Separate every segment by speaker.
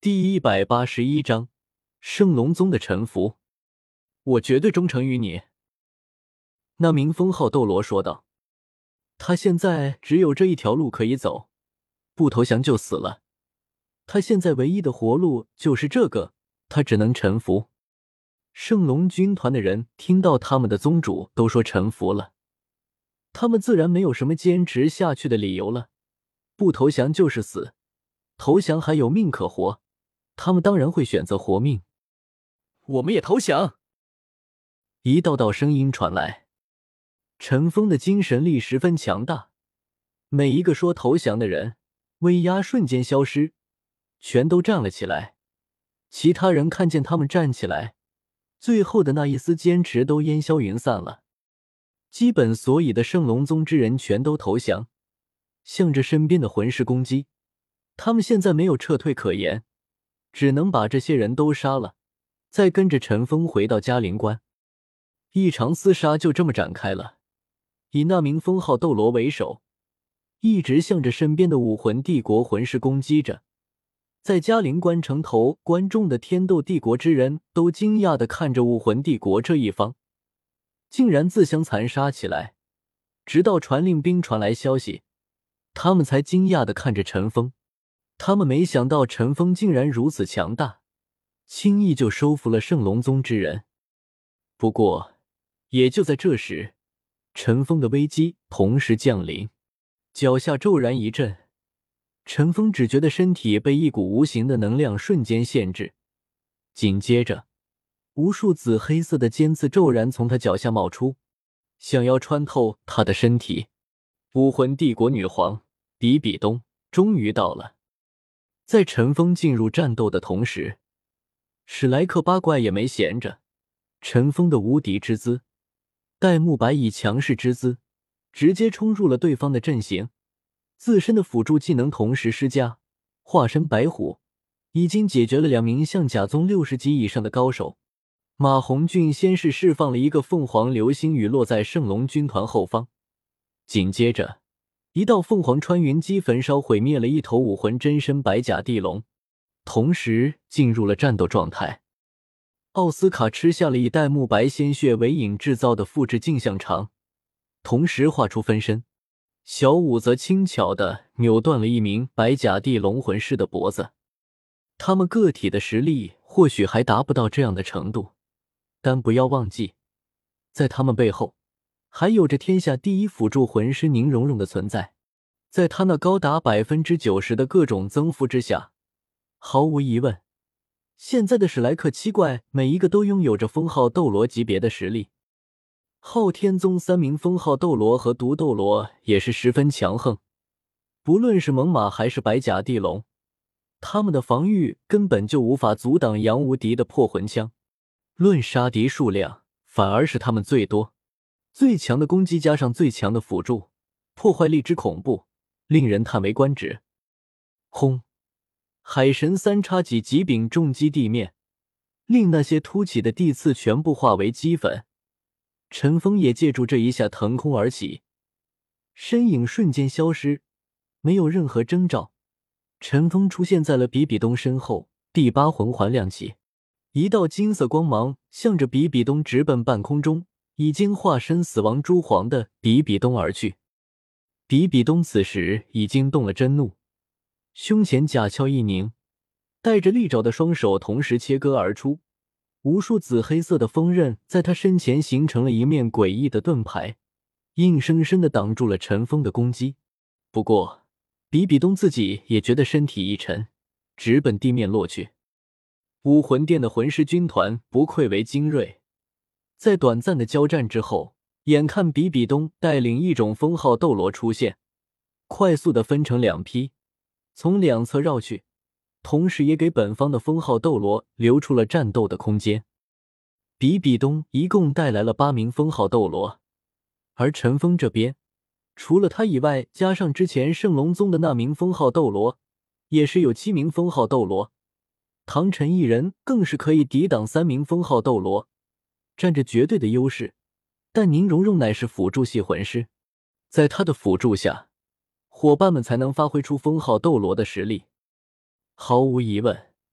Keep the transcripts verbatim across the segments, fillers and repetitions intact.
Speaker 1: 第一百八十一章圣龙宗的臣服。我绝对忠诚于你。那名封号斗罗说道。他现在只有这一条路可以走，不投降就死了。他现在唯一的活路就是这个，他只能臣服。圣龙军团的人听到他们的宗主都说臣服了，他们自然没有什么坚持下去的理由了。不投降就是死，投降还有命可活，他们当然会选择活命。我们也投降！一道道声音传来。陈峰的精神力十分强大，每一个说投降的人，威压瞬间消失，全都站了起来。其他人看见他们站起来，最后的那一丝坚持都烟消云散了。基本所有的圣龙宗之人全都投降，向着身边的魂师攻击。他们现在没有撤退可言，只能把这些人都杀了，再跟着陈峰回到嘉陵关。一场厮杀就这么展开了，以那名封号斗罗为首，一直向着身边的武魂帝国魂师攻击着。在嘉陵关城头观众的天斗帝国之人都惊讶地看着武魂帝国这一方，竟然自相残杀起来。直到传令兵传来消息，他们才惊讶地看着陈峰。他们没想到陈峰竟然如此强大，轻易就收服了圣龙宗之人。不过也就在这时，陈峰的危机同时降临，脚下骤然一震，陈峰只觉得身体被一股无形的能量瞬间限制，紧接着无数紫黑色的尖刺骤然从他脚下冒出，想要穿透他的身体。武魂帝国女皇比比东终于到了。在陈峰进入战斗的同时，史莱克八怪也没闲着。陈峰的无敌之姿，戴沐白以强势之姿直接冲入了对方的阵型，自身的辅助技能同时施加，化身白虎已经解决了两名象甲宗六十级以上的高手。马红俊先是释放了一个凤凰流星雨落在圣龙军团后方，紧接着一道凤凰穿云击焚烧毁灭了一头武魂真身白甲地龙，同时进入了战斗状态。奥斯卡吃下了以戴沐白鲜血为引制造的复制镜像肠，同时化出分身。小舞则轻巧地扭断了一名白甲地龙魂师的脖子。他们个体的实力或许还达不到这样的程度，但不要忘记，在他们背后还有着天下第一辅助魂师宁荣荣的存在。在他那高达 百分之九十 的各种增幅之下，毫无疑问，现在的史莱克七怪每一个都拥有着封号斗罗级别的实力。昊天宗三名封号斗罗和毒斗罗也是十分强横，不论是猛犸还是白甲地龙，他们的防御根本就无法阻挡杨无敌的破魂枪。论杀敌数量，反而是他们最多。最强的攻击加上最强的辅助，破坏力之恐怖，令人叹为观止。轰！海神三叉戟戟柄重击地面，令那些凸起的地刺全部化为齑粉。陈峰也借助这一下腾空而起，身影瞬间消失，没有任何征兆。陈峰出现在了比比东身后，第八魂环亮起，一道金色光芒向着比比东直奔半空中已经化身死亡蛛皇的比比东而去。比比东此时已经动了真怒，胸前甲鞘一拧，带着利爪的双手同时切割而出，无数紫黑色的锋刃在他身前形成了一面诡异的盾牌，硬生生地挡住了陈峰的攻击。不过比比东自己也觉得身体一沉，直奔地面落去。武魂殿的魂师军团不愧为精锐，在短暂的交战之后，眼看比比东带领一种封号斗罗出现，快速地分成两批，从两侧绕去，同时也给本方的封号斗罗留出了战斗的空间。比比东一共带来了八名封号斗罗，而陈峰这边除了他以外，加上之前圣龙宗的那名封号斗罗，也是有七名封号斗罗。唐晨一人更是可以抵挡三名封号斗罗，占着绝对的优势。但宁荣荣乃是辅助系魂师，在他的辅助下，伙伴们才能发挥出封号斗罗的实力。毫无疑问，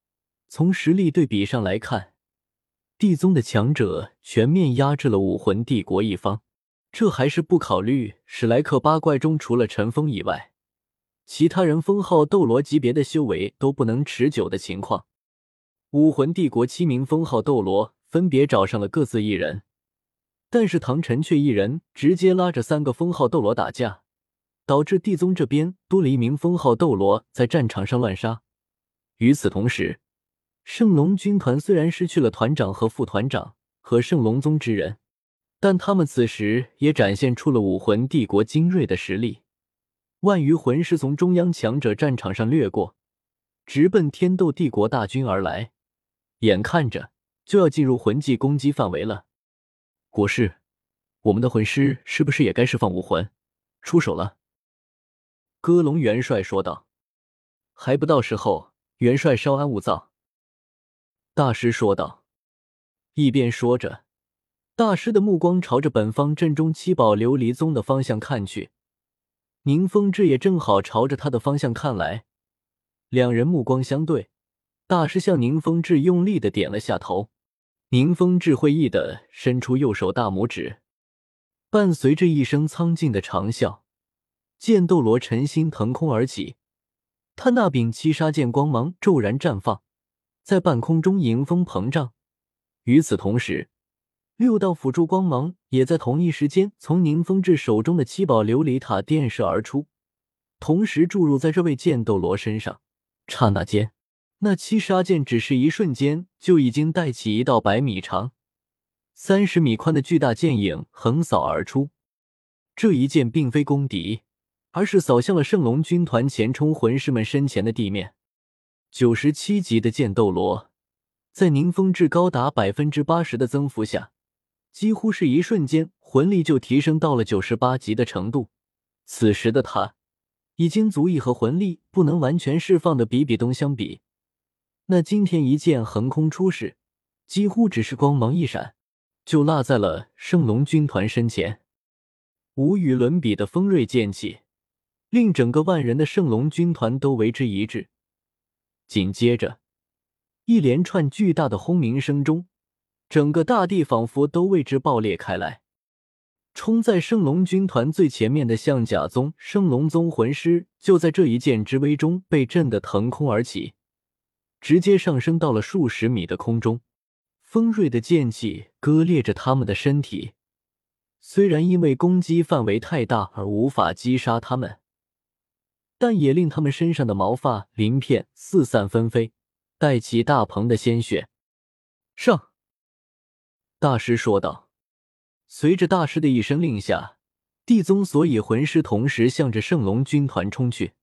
Speaker 1: 从实力对比上来看，地宗的强者全面压制了武魂帝国一方，这还是不考虑史莱克八怪中除了陈封以外，其他人封号斗罗级别的修为都不能持久的情况。武魂帝国七名封号斗罗分别找上了各自一人，但是唐晨却一人直接拉着三个封号斗罗打架，导致地宗这边多了一名封号斗罗在战场上乱杀。与此同时，圣龙军团虽然失去了团长和副团长和圣龙宗之人，但他们此时也展现出了武魂帝国精锐的实力。万余魂师从中央强者战场上掠过，直奔天斗帝国大军而来，眼看着就要进入魂技攻击范围了。国师，我们的魂师是不是也该释放武魂，出手了？歌龙元帅说道。还不到时候，元帅稍安勿躁。大师说道。一边说着，大师的目光朝着本方阵中七宝琉璃宗的方向看去，宁风致也正好朝着他的方向看来，两人目光相对，大师向宁风致用力地点了下头，宁风致会意地伸出右手大拇指，伴随着一声苍劲的长啸，剑斗罗晨星腾空而起，他那柄七杀剑光芒骤然绽放，在半空中迎风膨胀。与此同时，六道辅助光芒也在同一时间从宁风致手中的七宝琉璃塔电射而出，同时注入在这位剑斗罗身上。刹那间，那七杀剑只是一瞬间就已经带起一道百米长、三十米宽的巨大剑影横扫而出。这一剑并非攻敌，而是扫向了圣龙军团前冲魂师们身前的地面。九十七级的剑斗罗，在宁风致高达 百分之八十 的增幅下，几乎是一瞬间魂力就提升到了九十八级的程度。此时的他已经足以和魂力不能完全释放的比比东相比。那今天一剑横空出世，几乎只是光芒一闪，就落在了圣龙军团身前。无与伦比的锋锐剑气令整个万人的圣龙军团都为之一滞。紧接着，一连串巨大的轰鸣声中，整个大地仿佛都为之爆裂开来。冲在圣龙军团最前面的象甲宗、圣龙宗魂师就在这一剑之威中被震得腾空而起，直接上升到了数十米的空中。锋锐的剑气割裂着他们的身体，虽然因为攻击范围太大而无法击杀他们，但也令他们身上的毛发鳞片四散纷飞，带起大棚的鲜血。上！大师说道。随着大师的一声令下，地宗所有魂师同时向着圣龙军团冲去。